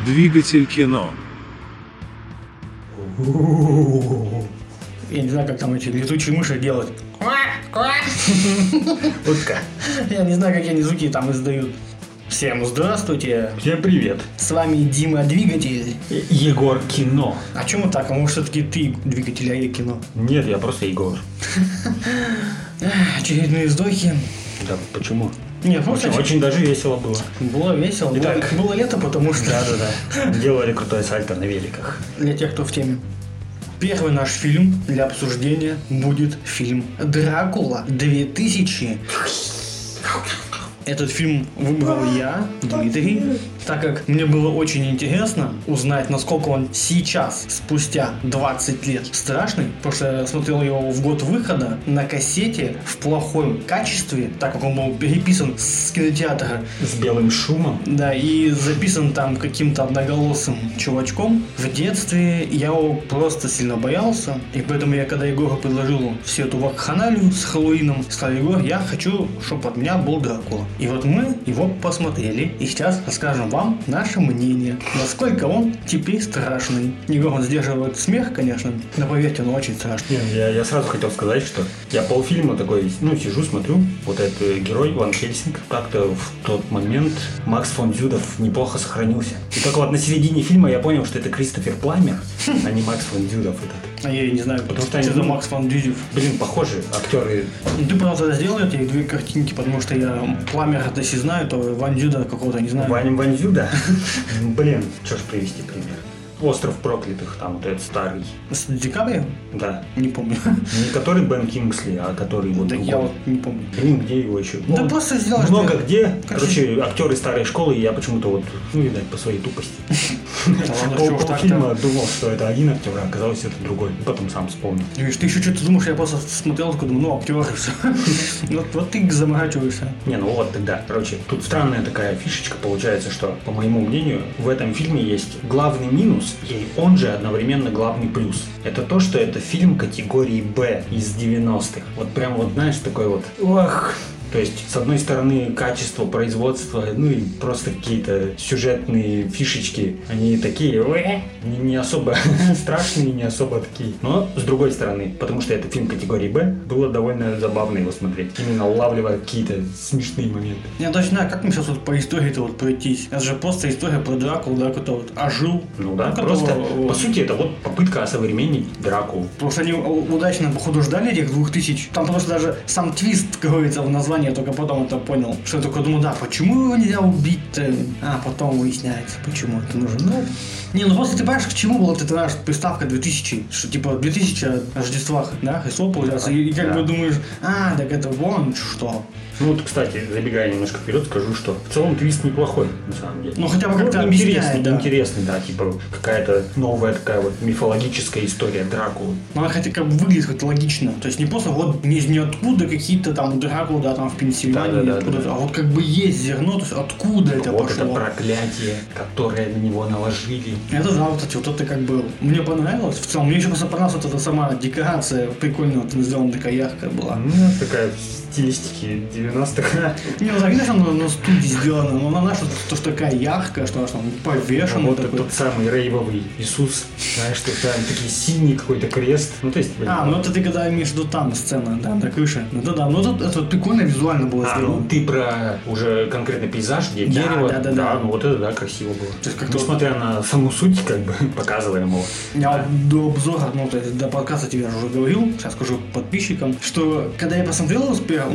Двигатель кино. Я не знаю, как там эти летучие мыши делают. Утка. Я не знаю, какие они звуки там издают. Всем здравствуйте. Всем привет. С вами Дима Двигатель. Егор Кино. А чему так? А может все-таки ты двигатель, а я кино? Нет, я просто Егор. Очередные вздохи. Да, почему? Нет, просто Очень даже весело было. было весело. Итак. Было лето, потому что... Да. Делали крутое сальто на великах. Для тех, кто в теме. Первый наш фильм для обсуждения будет фильм «Дракула 2000». Этот фильм выбрал я, Дмитрий, так как мне было очень интересно узнать, насколько он сейчас, спустя 20 лет, страшный, потому что я смотрел его в год выхода на кассете в плохом качестве, так как он был переписан с кинотеатра. С белым шумом. Да, и записан там каким-то одноголосым чувачком. В детстве я его просто сильно боялся, и поэтому я, когда Егору предложил всю эту вакханалию с Хэллоуином, сказал: Егор, я хочу, чтобы от меня был Дракула. И вот мы его посмотрели, и сейчас расскажем вам наше мнение, насколько он теперь страшный. Егор, он сдерживает смех, конечно, но поверьте, он очень страшный. Я сразу хотел сказать, что я полфильма такой, сижу, смотрю, вот этот герой Ван Хельсинг, как-то в тот момент Макс фон Зюдов неплохо сохранился. И только вот на середине фильма я понял, что это Кристофер Пламмер, а не Макс фон Зюдов этот. А я и не знаю, Потому что что они, за Макс фон Зюдов. Блин, похожи актеры. Ты просто сделал эти две картинки, потому что я Пламмера если знаю, то Ван Зюда какого-то не знаю. Ван Зюда? Блин, что ж привести пример? «Остров проклятых», там вот этот старый. С Ди Каприо? Да. Не помню. Не который Бен Кингсли, а который вот Да другой. я вот не помню. Блин, где его еще? Да просто сделаешь. Много где. Короче, актеры старой школы, и я почему-то вот, видать, по своей тупости. Полфильма думал, что это один актер, а оказалось это другой. Потом сам вспомнил. Видишь, ты еще что-то думаешь, я просто смотрел, такой думаю, актеры, все. Вот ты заморачиваешься. Не, вот тогда. Короче, тут странная такая фишечка получается, что, по моему мнению, в этом фильме есть главный минус, и он же одновременно главный плюс. Это то, что это фильм категории «Б» из 90-х. Вот прям вот, знаешь, такой вот... Ох... То есть, с одной стороны, качество производства, и просто какие-то сюжетные фишечки, они такие, не особо страшные, не особо такие. Но, с другой стороны, потому что это фильм категории «Б», было довольно забавно его смотреть, именно улавливая какие-то смешные моменты. Я даже не знаю, как мы сейчас вот по истории-то вот пройтись. Это же просто история про Дракулу, да, который вот ожил. Ну да, просто, по сути, это вот попытка осовременить Дракулу. Потому что они удачно, походу, ждали этих 2000. Там просто даже сам твист говорится в названии. Я только потом это понял. Что я только думаю, да, почему его нельзя убить-то? А потом выясняется, почему это нужно. Ну просто ты понимаешь, к чему была вот эта приставка 2000? Что типа 2000 Рождествах, да, Христов получается. И как бы думаешь, так это вон что. Вот, кстати, забегая немножко вперед, скажу, что в целом твист неплохой, на самом деле. Ну, хотя бы как-то интересный, да. Интересный, да, типа какая-то новая такая вот мифологическая история Дракулы. Но она хотя как бы выглядит как-то логично. То есть не просто вот из ниоткуда какие-то там Дракулы, да, там в Пенсильвании, да, а вот как бы есть зерно, то есть откуда это вот пошло. Вот это проклятие, которое на него наложили. Это да, кстати, вот это как бы мне понравилось. В целом, мне еще просто понравилась вот эта сама декорация, прикольно вот сделана, такая яркая была. Такая в стилистике 90-х. Не, ну так видишь, она на студии сделана, но она что такая яркая, что она там повешена. Вот тот самый рейвовый Иисус, знаешь, что там такие синий какой-то крест. Ну, то есть... ну это ты когда имеешь в виду там сцена, да, на крыше. Ну да, ну это прикольно визуально было сделано. Ну ты про уже конкретный пейзаж, где дерево. Да, ну вот это, да, красиво было. То есть, как несмотря на саму суть, как бы, показываем его. Я до обзора, то есть до подкаста тебе уже говорил, сейчас скажу подписчикам, что когда я посмотрел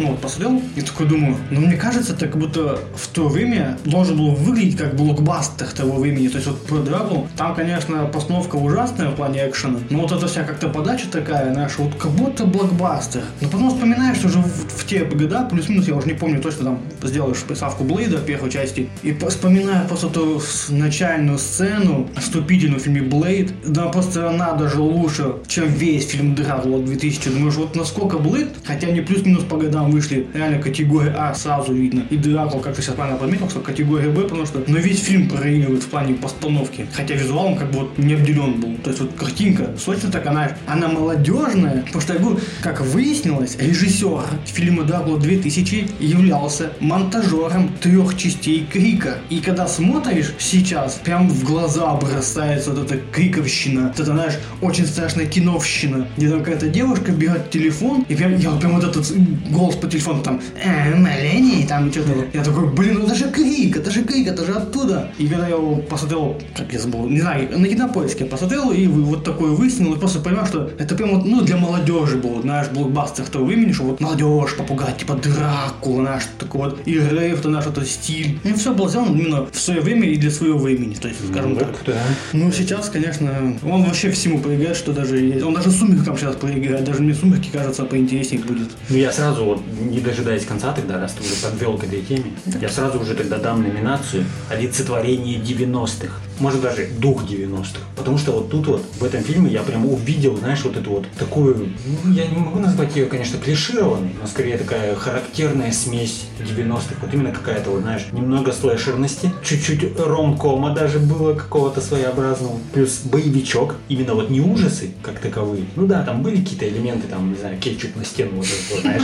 и такой думаю, мне кажется, это как будто в то время должен был выглядеть как блокбастер того времени. То есть вот про Дракулу, там, конечно, постановка ужасная в плане экшена, но вот эта вся как-то подача такая, знаешь, вот как будто блокбастер. Но потом вспоминаешь уже в те года, плюс-минус, я уже не помню точно, там сделаешь приставку Блейда в первой части, и вспоминаю просто ту начальную сцену, вступительную в фильме Блейд, да просто она даже лучше, чем весь фильм Дракула 2000. Думаешь, вот насколько Блейд, хотя они плюс-минус по годам вышли, реально категория А сразу видно. И Дракула, как ты сейчас правильно пометил, что категория Б, потому что весь фильм проигрывает в плане постановки. Хотя визуалом как бы вот не обделен был. То есть вот картинка, сочно так, она молодежная. Потому что я говорю, как выяснилось, режиссер фильма Дракула 2000 2000 являлся монтажером 3 частей Крика. И когда смотришь сейчас, прям в глаза бросается вот эта криковщина, вот это, знаешь, очень страшная киновщина, где там какая-то девушка берет телефон, и прям, я прям вот этот голос по телефону там, Малений, там что-то. Я такой, блин, это же Крик, это же оттуда. И когда я его посмотрел, как я забыл, не знаю, на Кинопоиске посмотрел, и вот такое выяснил, и просто понимаю, что это прям вот, ну, для молодежи был, знаешь, блокбастер того времени, что вот молодежь попугать, типа Дракула, наш такой вот, и Рейв, то наш это стиль. И все было сделано именно в свое время и для своего времени, то есть, скажем так. Да. Ну, сейчас, конечно, он вообще всему проиграет, что даже есть. Он даже Сумеркам сейчас проиграет, даже мне Сумерки, кажется, поинтереснее будет. Ну, я сразу, вот, не дожидаясь конца тогда, раз ты уже подвел к этой теме, я сразу уже тогда дам номинацию «Олицетворение 90-х». Может, даже дух 90-х. Потому что вот тут вот, в этом фильме я прям увидел, знаешь, вот эту вот такую, ну, я не могу назвать ее, конечно, клишированной, но скорее такая характерная смесь 90-х. Вот именно какая-то, вот, знаешь, немного слэшерности, чуть-чуть ромкома даже было какого-то своеобразного. Плюс боевичок, именно вот не ужасы, как таковые. Ну да, там были какие-то элементы, там, не знаю, кетчуп на стену, вот, знаешь.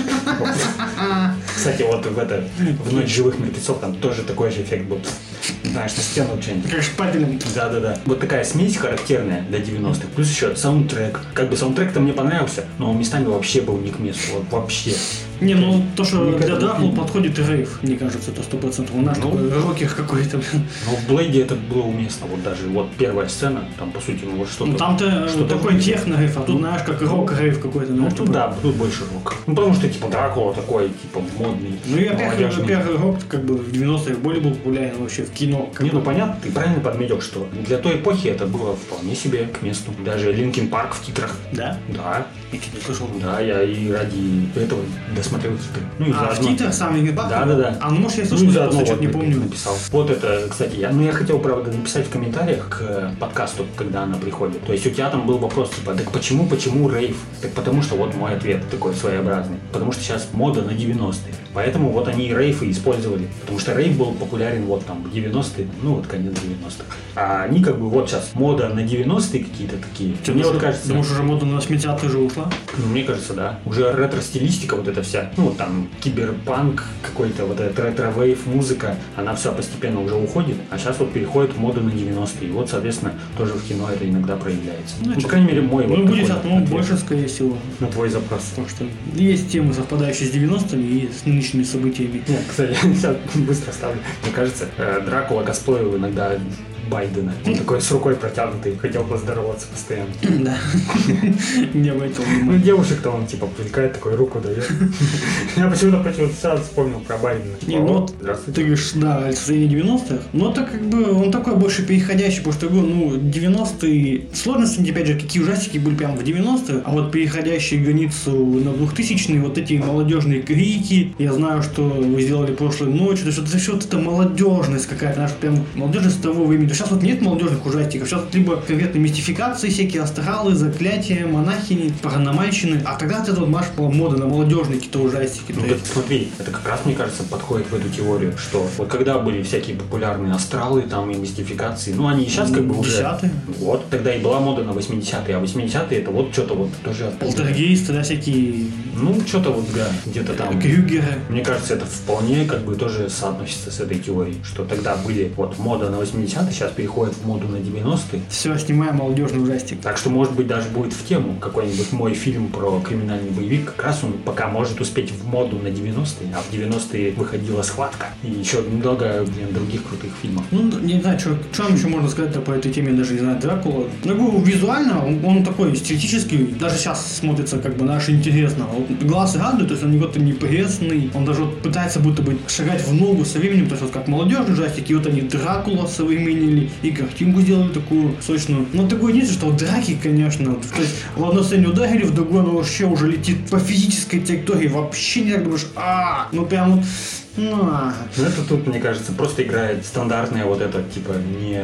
Кстати, вот в «Ночь живых мертвецов» там тоже такой же эффект был. Знаешь, на стену что-нибудь. Как шпателем. Да. Вот такая смесь характерная для 90-х. Плюс еще саундтрек. Как бы саундтрек-то мне понравился, но он местами вообще был не к месту. Вот вообще. Не, ну то, что для Дракулы подходит и Рейв, мне кажется, это 100%. У нас такой рокер какой-то. Ну, в Блейде это было уместно. Вот даже вот первая сцена, там, по сути, ну вот что-то... Ну, там-то такой техно-рейв, а тут, знаешь, как рок-рейв какой-то. Ну, тут, да, тут больше рок. Ну, потому что, типа, Дракула такой, типа, модный. Ну, и первый рок, как бы, в 90-х более был популярен вообще в кино. Не, ну, понятно, ты правильно подметил, что для той эпохи это было вполне себе к месту. Даже Линкин Парк в титрах. Да? Да. Я чуть не слышал. Да, я и ради этого досмотрел титры. Ну, и в титрах сам Линкин Парк? Да. А, ну, может, я слышал, ну, я просто что-то не помню. Написал. Вот это, кстати, я хотел, правда, написать в комментариях к подкасту, когда она приходит. То есть у тебя там был вопрос, типа, так почему рейв? Так потому что вот мой ответ такой своеобразный. Потому что сейчас мода на 90-е. Поэтому вот они и рейв и использовали. Потому что рейв был популярен вот там в 90-е, ну вот конец 90-х. А они как бы вот сейчас мода на 90-е какие-то такие. Мне вот кажется... Думаешь, уже мода на 80-е уже ушла? Ну, мне кажется, да. Уже ретро-стилистика вот эта вся. Ну, вот там киберпанк какой-то, вот этот ретро-вейв музыка, она вся постепенно уже уходит. А сейчас вот переходит в моду на 90-е. И вот, соответственно, тоже в кино это иногда проявляется. Ну, по крайней мере, мой вот будет больше, скорее всего. На твой запрос. Потому что есть темы, совпадающие с 90-ми и с нынешними событиями. Нет, кстати, сейчас быстро ставлю. Мне кажется, Дракула косплеил иногда Байдена. Он такой с рукой протянутый, хотел поздороваться постоянно. Да. Не обратил внимания. Ну, девушек-то он типа привлекает, такой руку дает. Я почему-то сразу вспомнил про Байдена. Не, ну, ты говоришь, да, олицетворение 90-х. Но это как бы, он такой больше переходящий, потому что, ну, 90-е... Сложности, опять же, какие ужастики были прямо в 90-х, а вот переходящие границу на 2000-е, вот эти молодежные крики, я знаю, что вы сделали прошлой ночью, то есть вот эта молодежность какая-то, наша прям молодежность того времени. Сейчас вот нет молодежных ужастиков, сейчас вот либо конкретные мистификации, всякие астралы, заклятия, монахини, паранормальщины, а тогда это вот была мода на молодежные какие-то ужастики. Ну, смотри, это как раз, мне кажется, подходит в эту теорию, что вот когда были всякие популярные астралы там и мистификации, ну они и сейчас как бы уже... 10-е. Вот, тогда и была мода на 80-е, а 80-е это вот что-то вот тоже... Полтергейсты, да, всякие... Ну, что-то вот, да, где-то там... Крюгеры. Мне кажется, это вполне как бы тоже соотносится с этой теорией, что тогда были вот мода на 80-е, сейчас переходит в моду на 90-е. Все, снимаем молодежный ужастик. Так что, может быть, даже будет в тему какой-нибудь мой фильм про криминальный боевик. Как раз он пока может успеть в моду на 90-е, а в 90-е выходила «Схватка». И еще много других крутых фильмов. Ну, не знаю, что вам еще можно сказать по этой теме, даже не знаю, Дракула. Ну, визуально он такой стилистический, даже сейчас смотрится как бы наш интересно. Вот глаз радует, то есть он не какой-то непресный, он даже вот пытается будто бы шагать в ногу со временем, то есть вот как молодежный ужастик, и вот они Дракула современнили, и картинку сделали такую сочную. Но такое единственное, что драки, конечно, то есть в одной сцене ударили, в другой оно вообще уже летит по физической траектории, вообще не так думаешь, ну прям вот Это тут, мне кажется, просто играет стандартное вот это, типа,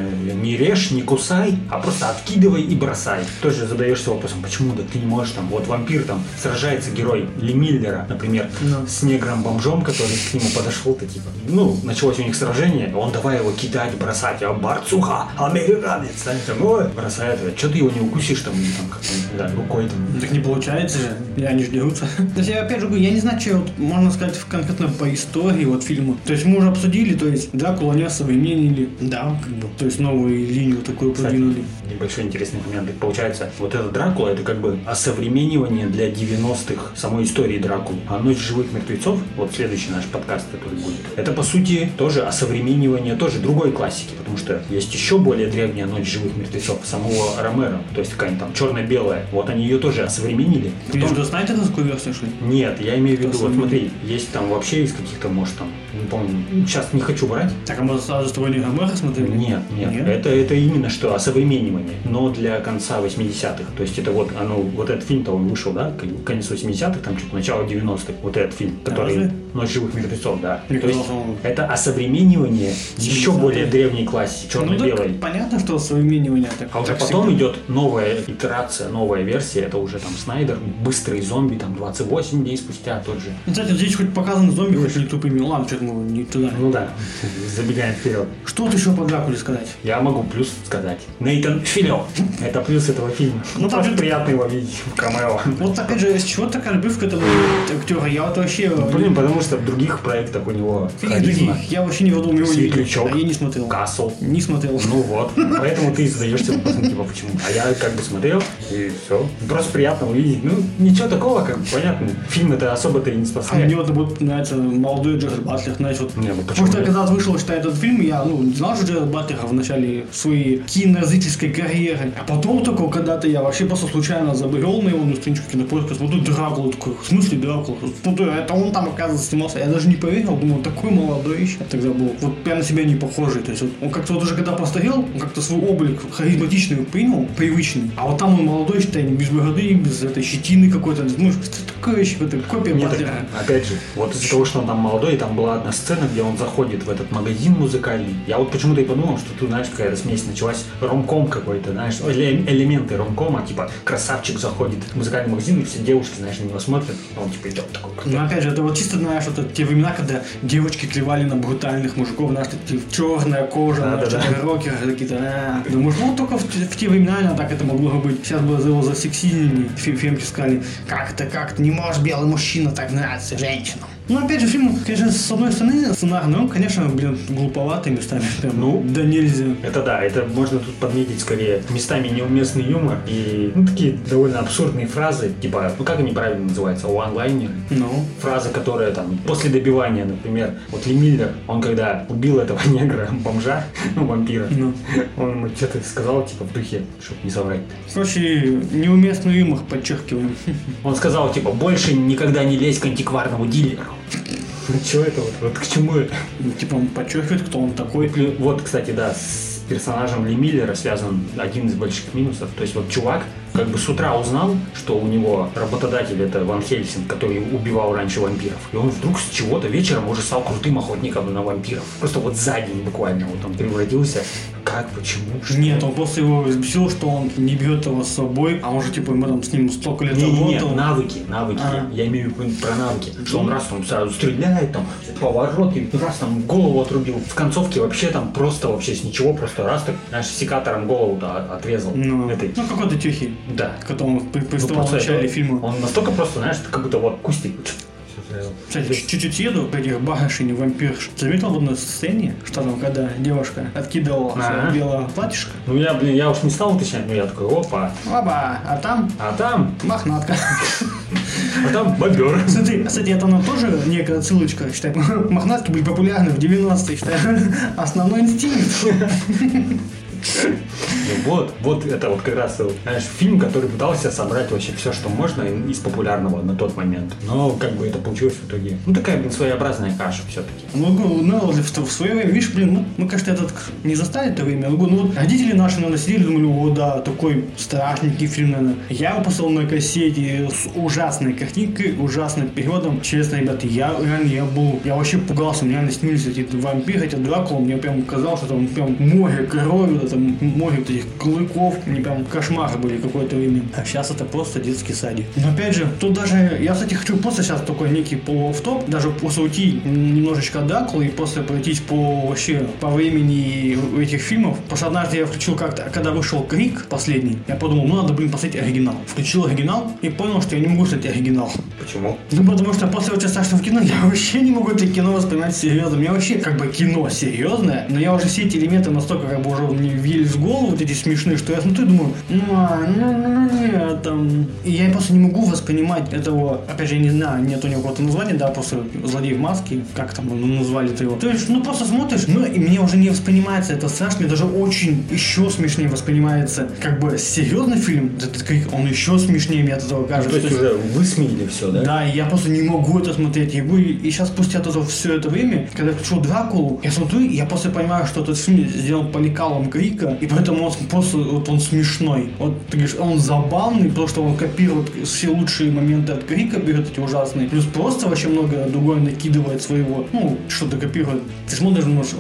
не режь, не кусай, а просто откидывай и бросай. Тоже задаешься вопросом, почему да ты не можешь там, вот вампир там, сражается герой Ли Миллера, например, с негром-бомжом, который к нему подошел-то, типа, началось у них сражение, он давай его кидать, бросать, а борцуха, американец, бросает, что ты его не укусишь там, или там как-то, рукой там. Так не получается же, и они же дерутся. То есть я опять же говорю, я не знаю, что вот, можно сказать конкретно по истории вот фильма. То есть мы уже обсудили, то есть Дракула не осовременили, да, как бы, то есть новую линию такую продвинули. Небольшой интересный момент. Получается, вот этот Дракула, это как бы осовременивание для 90-х самой истории Дракулы. А «Ночь живых мертвецов», вот следующий наш подкаст, который будет, это по сути тоже осовременивание тоже другой классики, потому что есть еще более древняя «Ночь живых мертвецов» самого Ромеро, то есть какая-нибудь там черно-белая. Вот они ее тоже осовременили. Ты же знаете такую версию, что ли? Нет, я имею в виду, вот смотри, есть там вообще из каких-то, может, там, не помню, сейчас не хочу брать. Так, а мы сразу с тобой не Ромеро смотрели? Нет. Это именно что осовременивание, но для конца 80-х. То есть это вот, вот этот фильм-то он вышел, да, конец 80-х, там что-то начало 90-х, вот этот фильм, который «Ночь живых мертвецов», да. То есть это осовременивание еще более древней классики, черно-белой. Понятно, что осовременивание. А уже потом идет новая итерация, новая версия, это уже там Снайдер, быстрый зомби, там 28 дней спустя тот же. Кстати, здесь хоть показаны зомби, хоть не тупыми. Ладно, что-то мы не туда. Ну да, забегаем вперед. Что вот еще по Дракуле сказать? Я могу плюс сказать. Нейтан Филлион. Это плюс этого фильма. Просто приятно его видеть в камео. Вот опять же, с чего такая любовь к этому актеру? Я вот вообще... Блин, потому что в других проектах у него харизма. Я вообще не думал, его не видел. А я не смотрел. Касл. Не смотрел. Ну вот. Поэтому ты задаешься вопросом, типа, почему? А я как бы смотрел, и все. Просто приятно увидеть. Ничего такого, как понятно. Фильм это особо-то и не спасает. А мне вот будет нравится молодой Джерард Батлер, знаешь, вот. Потому что когда вышел, что этот фильм, я не знал, что Джерард Батлер в начале своей кинозрительской карьеры. А потом только когда-то я вообще просто случайно забрел на его страничку Кинопоиска, смотрю Дракула, такой, в смысле Дракула? Это он там, оказывается, снимался. Я даже не поверил, думал, такой молодой еще. Тогда был вот прям на себя не похожий. То есть вот, он как-то вот уже когда постарел, он как-то свой облик харизматичный принял, привычный. А вот там он молодой, считай, без бороды, без этой щетины какой-то. Ну, что такое еще, это копия Батлера. Опять же, вот из-за того, что он там молодой, там была одна сцена, где он заходит в этот магазин музыкальный. Я вот почему-то и подумал, что тут, знаешь, какая-то смесь началась, ромком какой-то, знаешь, элементы ромкома, типа красавчик заходит в музыкальный магазин, и все девушки, знаешь, на него смотрят, а он типа идет такой. Ну опять же, это вот чисто, знаешь, это те времена, когда девочки клевали на брутальных мужиков, знаешь, такие черная кожа, рокеры какие-то. Думаешь, только в те времена так это могло быть. Сейчас бы его за сексизм фильмки сказали, как не можешь белый мужчина так нравиться женщинам. Ну, опять же, фильм, конечно, с одной стороны, сценарный, он, конечно, глуповатый местами. Прям, да нельзя. Это да, это можно тут подметить скорее местами неуместный юмор и, такие довольно абсурдные фразы, типа, как они правильно называются, one-liner. Фраза, которая там, после добивания, например, вот Ли Миллер, он когда убил этого негра-бомжа, вампира, он ему что-то сказал, типа, в духе, чтобы не соврать. Короче, неуместный юмор, подчеркиваем. Он сказал, типа, больше никогда не лезь к антикварному дилеру. Чего это вот к чему это? Типа он подчеркивает, кто он такой. Вот, кстати, да, с персонажем Ли Миллера связан один из больших минусов. То есть вот чувак как бы с утра узнал, что у него работодатель это Ван Хельсинг, который убивал раньше вампиров. И он вдруг с чего-то вечером уже стал крутым охотником на вампиров. Просто вот за день буквально вот он превратился. Как, почему? Что? Нет, он просто его взбесил, что он не берет его с собой, а он же типа там с ним столько лет работал. Нет, навыки. Я имею в виду про навыки. Что он раз там сразу стреляет, там повороты, раз там голову отрубил. В концовке вообще там просто вообще с ничего, просто раз так, знаешь, секатором голову-то отрезал. Какой-то тюхи. Да. Который он приставал в начале фильма. Он настолько просто, знаешь, как будто вот кустик. Кстати, чуть-чуть еду к этих барышень вампирш. Заметил в одной сцене, что там, когда девушка откидывала свое белое платьишко? Я уж не стал уточнять, но я такой, опа. А там мохнатка. А там бобер. Кстати, это она тоже некая отсылочка, считай, мохнатки были популярны в 90-е, считай, основной инстинкт. Вот это вот как раз, знаешь, фильм, который пытался собрать вообще все, что можно из популярного на тот момент. Но как бы это получилось в итоге. Ну такая, своеобразная каша все-таки. В свое время, видишь, мы, конечно, не застали это время. Родители наши, наверное, сидели, думали, о, да, такой страшненький фильм, наверное. Я его послал на кассете с ужасной картинкой, ужасным переводом. Честно, ребята, я вообще пугался, мне реально снились эти вампиры, эти Дракула, мне прям казалось, что там прям море крови, там море вот этих клыков, мне прям кошмары были какое-то время. А сейчас это просто детский садик. Но опять же, тут даже, я, кстати, хочу просто сейчас такой некий полуавтоп, даже после уйти немножечко от Дракулы и после пройтись по времени этих фильмов. Потому что однажды я включил как-то, когда вышел Крик последний, я подумал, надо, посмотреть оригинал. Включил оригинал и понял, что я не могу смотреть оригинал. Почему? Потому что после «Очень страшного кино» я вообще не могу это кино воспринимать серьезно. У меня вообще кино серьезное, но я уже все эти элементы настолько уже мне въелись в голову, вот эти смешные, что я смотрю и думаю, И я просто не могу воспринимать этого, опять же, я не знаю, нет у него какого-то названия, да, просто «Злодей в маске», как там назвали-то его. То есть, просто смотришь, и мне уже не воспринимается это страшно, мне даже очень еще смешнее воспринимается, серьезный фильм, этот Крик, он еще смешнее мне от этого кажется. То есть уже высмеяли все, да? Да, и я просто не могу это смотреть. И сейчас спустя все это время, когда я включил Дракулу, я смотрю, и я просто понимаю, что этот фильм сделан по лекалам Крика, и поэтому он просто он смешной. Вот ты говоришь, он забавный, потому что он копирует все лучшие моменты от Крика, берет эти ужасные, плюс просто вообще много другое накидывает своего, что-то копирует. Ты смотришь, думаешь,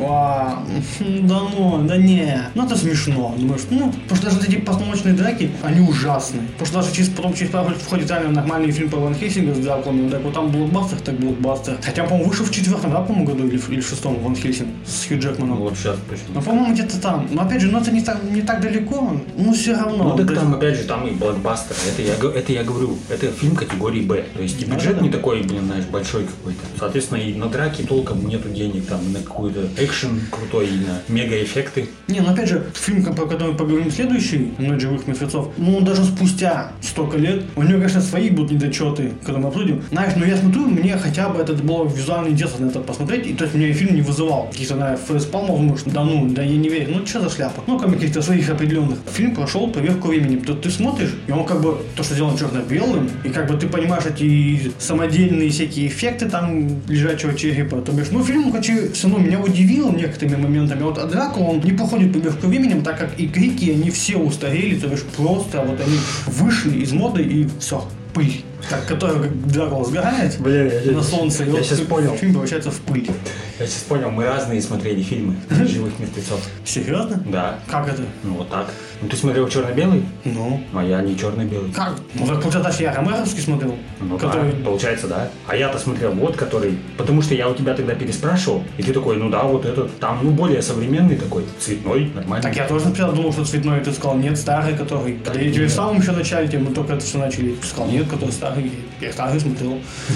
это смешно. Думаешь, потому что даже эти постановочные драки, они ужасные. Потому что даже потом через пару лет входит реально нормальный фильм по Ван Хельсингу с Дракулами, так вот там блокбастер. Хотя, по-моему, вышел в 4-м, да, по-моему, году или в 6-м Ван Хельсинг с Хью Джекманом. Вот сейчас точно. По-моему, где-то там. Но опять же, это не так далеко, все равно. Так там, опять же, там и блокбастер. Это я говорю, это фильм категории Б. То есть и бюджет не такой, большой какой-то. Соответственно, и на драке толком нету денег, там, на какой-то экшен крутой, и на мега-эффекты. Опять же, фильм, про который мы поговорим следующий, «Ночь живых мертвецов», даже спустя столько лет, у него, конечно, свои будут недочеты, когда мы обсудим. Знаешь, я смотрю, мне хотя бы это было визуально интересно на это посмотреть, и то есть меня фильм не вызывал каких-то, фейспалмов, думаешь, я не верю, что за шляпа? Кроме каких-то своих определенных. Фильм прошел проверку времени, ты смотришь, и он то, что сделано черно-белым, и ты понимаешь эти самодельные всякие эффекты там лежачего черепа, то бишь, фильм, все равно меня удивил некоторыми моментами, а Дракула, он не проходит проверку временем, так как и Крики, они все устарели, то бишь просто они вышли из моды и все, пыль. Которая Дракула сгорает на солнце, я сейчас понял. Фильм превращается в пыль. Я сейчас понял, мы разные смотрели фильмы «Живых мертвецов». Серьезно? Да. Как это? Вот так. Ты смотрел черно-белый? А я не черно-белый. Как? Так получается, я Ромеровский смотрел. Который... Да, получается, да. А я-то смотрел который... Потому что я у тебя тогда переспрашивал, и ты такой, вот этот, там, более современный такой, цветной, нормальный. Так я тоже сначала думал, что цветной, ты сказал, нет, старый, который... Когда я тебе в самом еще начале, мы только это все начали. Ты сказал, нет, который старый. Я старый смотрел.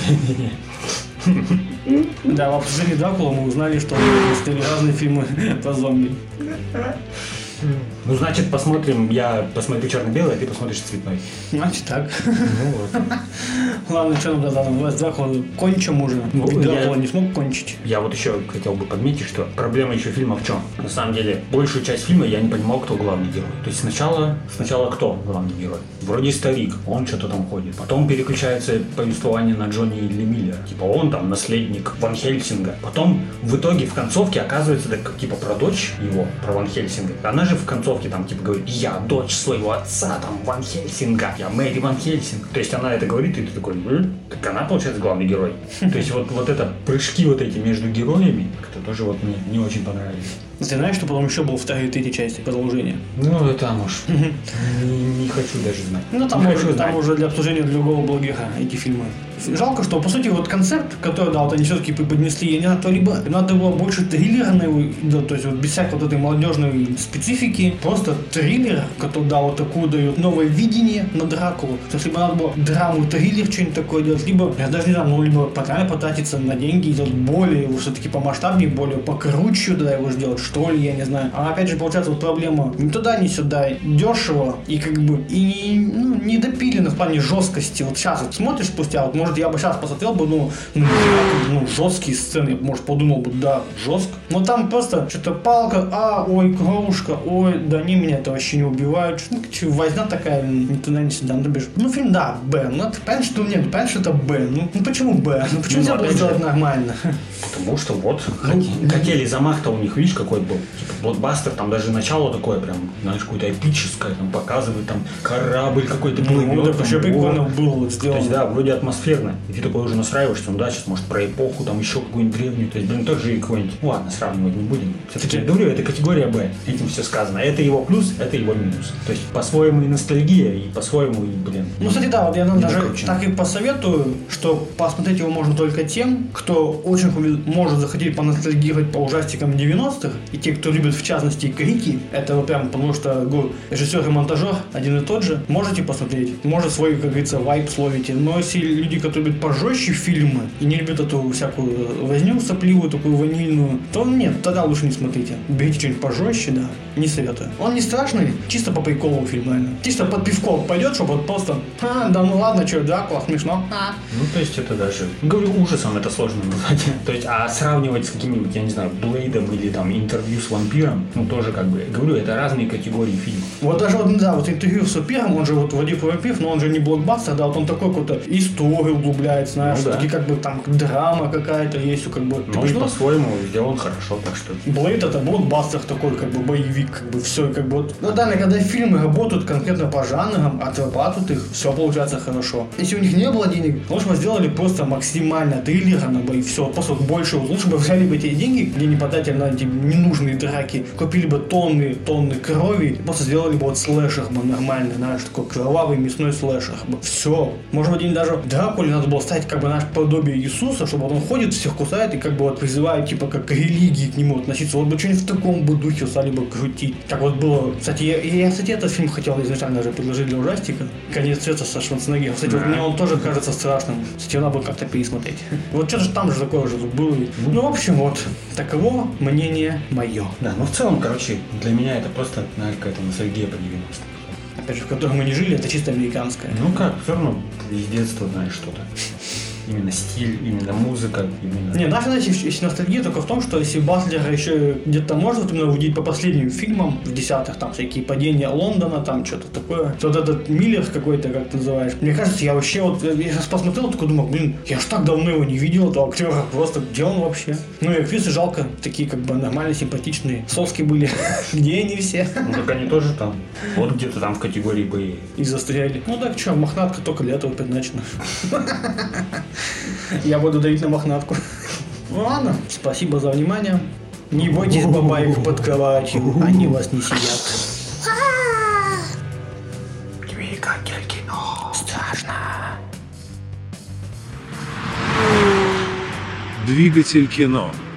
Да, в обсуждении Дракула мы узнали, что мы смотрели разные фильмы про зомби. Значит, посмотрим. Я посмотрю черно-белый, а ты посмотришь цветной. Значит, так. Ладно, что нам тогда называется Дракула? Кончим уже. Дракула не смог кончить. Я еще хотел бы подметить, что проблема еще фильма в чем? На самом деле, большую часть фильма я не понимал, кто главный герой. То есть сначала кто главный герой? Вроде старик, он что-то там ходит. Потом переключается повествование на Джонни Ли Миллера. Он там наследник Ван Хельсинга. Потом в итоге в концовке оказывается про дочь его, про Ван Хельсинга. Она же в концовке говорит, я дочь своего отца, Ван Хельсинга, я Мэри Ван Хельсинг. То есть она это говорит, и ты такой, так она, получается, главный герой. То есть вот это прыжки эти между героями, как-то тоже мне не очень понравились. Ты знаешь, что потом еще был второй и третьей части продолжения? Это может. Не хочу даже знать. Там уже для обсуждения другого блогера эти фильмы. Жалко, что, по сути, концепт, который, они все-таки преподнесли, либо надо было больше триллерной, то есть без всякой этой молодежной специфики, просто триллер, который, такую дает новое видение на Дракулу. То есть, либо надо было драму, триллер, что-нибудь такое делать, либо, я даже не знаю, либо потратиться на деньги и делать более, все-таки помасштабнее, более покруче, его сделать, что ли, я не знаю. А опять же, получается, вот проблема ни туда, ни сюда, дешево и как бы и не допилено в плане жесткости. Вот сейчас вот смотришь спустя, вот может я бы сейчас посмотрел бы, жесткие сцены, я бы, может, подумал бы, да, жестко. Но там просто что-то палка, ой, кровушка, ой, да они меня это вообще не убивают. Возня такая, ни туда, ни сюда, фильм, да, Б. Ну, это понятно, что нет, понятно, что это Б. Ну почему Б? Ну почему нельзя было сделать нормально? Потому что вот хотели, замах-то у них, видишь, какой был. Типа блокбастер, там даже начало такое прям, знаешь, какое-то эпическое, там показывает, там корабль какой-то плывет. Ну, так вообще прикольно было сделано. То есть, да, вроде атмосферно. И ты такой уже настраиваешься, да, сейчас, может, про эпоху, там еще какую-нибудь древнюю. То есть, тоже и какой-нибудь, ладно, сравнивать не будем. Все-таки, я говорю, это категория Б. Этим все сказано. Это его плюс, это его минус. То есть, по-своему и ностальгия, и по-своему, и, кстати, да, вот я даже так и посоветую, что посмотреть его можно только тем, кто очень может захотеть поностальгировать по ужастикам 90-х, и те, кто любит, в частности, крики, это вот прям потому что режиссер и монтажер один и тот же, можете посмотреть, может свой, как говорится, вайб словите, но если люди, которые любят пожестче фильмы и не любят эту всякую возню сопливую, такую ванильную, то нет, тогда лучше не смотрите. Берите что-нибудь пожестче, да, не советую. Он не страшный, чисто по приколу фильм, наверное. Чисто под пивко пойдет, чтобы вот просто, да ну ладно, что, да, класс, смешно. Ну, то есть это даже, говорю, ужасом это сложно назвать. То есть, а сравнивать с каким-нибудь, я не знаю, Блейдом или там интервью с вампиром, ну, тоже как бы, говорю, это разные категории фильмов. Вот даже вот, да, вот интервью с вампиром, он же вот вроде вампир, но он же не блокбастер, да, вот он такой какой-то историю углубляет, знаешь, ну, да. такие как бы там драма какая-то есть, как бы. Ну, и по-своему сделан хорошо, так что. Блейд это блокбастер такой, как бы боевик, как бы все, как бы вот. Ну да, когда фильмы работают конкретно по жанрам, отрабатывают их, все получается хорошо. Если у них не было денег, лучше бы сделали просто максимально триллерно бы и все, просто больше, лучше бы взяли бы эти деньги, где не потратили на эти ненужные драки, купили бы тонны крови, и просто сделали бы вот слэшер бы нормальный, знаешь, такой кровавый мясной слэшер бы. Все. Может быть, даже Дракуле надо было ставить как бы наше подобие Иисуса, чтобы он ходит, всех кусает и как бы вот призывает типа как к религии к нему относиться. Вот бы что-нибудь в таком бы духе стали бы крутить. Как вот было, кстати, я кстати, этот фильм хотел изначально даже предложить для ужастика. «Конец света» со Шварценеггером. Кстати, вот мне он тоже кажется страшным. Кстати, надо бы как-то пересмотреть. Вот что-то там же такое же было. Ну, в общем, вот, таково мнение мое. Да, ну в целом, короче, для меня это просто, знаешь, какая-то ностальгия по 90-м. Опять же, в котором мы не жили, это чисто американское. Ну как, все равно из детства знаешь что-то. Именно стиль, именно музыка, именно... Не, наша, знаете, если ностальгия только в том, что если Батлер еще где-то может именно увидеть по последним фильмам в десятых, там всякие падения Лондона, там что-то такое, то вот этот Миллер какой-то, как ты называешь, мне кажется, я вообще вот, я сейчас посмотрел, такой думаю, я ж так давно его не видел, этого актера, просто где он вообще? Ну и актрисы жалко, такие как бы нормальные, симпатичные, соски были, где они все? Ну так они тоже там, вот где-то там в категории бы и застряли. Ну так что, мохнатка только для этого предназначена. Я буду давить на мохнатку. Ну ладно, спасибо за внимание. Не бойтесь бабаек под кроватью, они вас не съедят. Двигатель кино. Страшно. Двигатель кино.